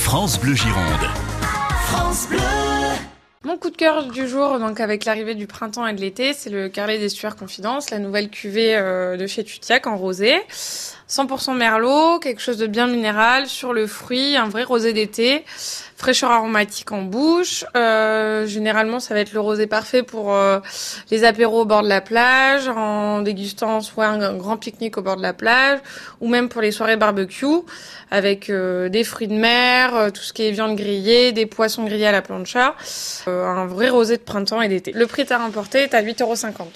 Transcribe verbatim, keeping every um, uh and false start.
France Bleu Gironde. France Bleu. Mon coup de cœur du jour, donc avec l'arrivée du printemps et de l'été, c'est le Carlet d'Estuaires Confidence, la nouvelle cuvée euh, de chez Tutiac en rosé. cent pour cent merlot, quelque chose de bien minéral, sur le fruit, un vrai rosé d'été, fraîcheur aromatique en bouche. Euh, généralement, ça va être le rosé parfait pour euh, les apéros au bord de la plage, en dégustant soit un grand pique-nique au bord de la plage, ou même pour les soirées barbecue, avec euh, des fruits de mer, euh, tout ce qui est viande grillée, des poissons grillés à la plancha. Euh, un vrai rosé de printemps et d'été. Le prix à remporter est à huit euros cinquante.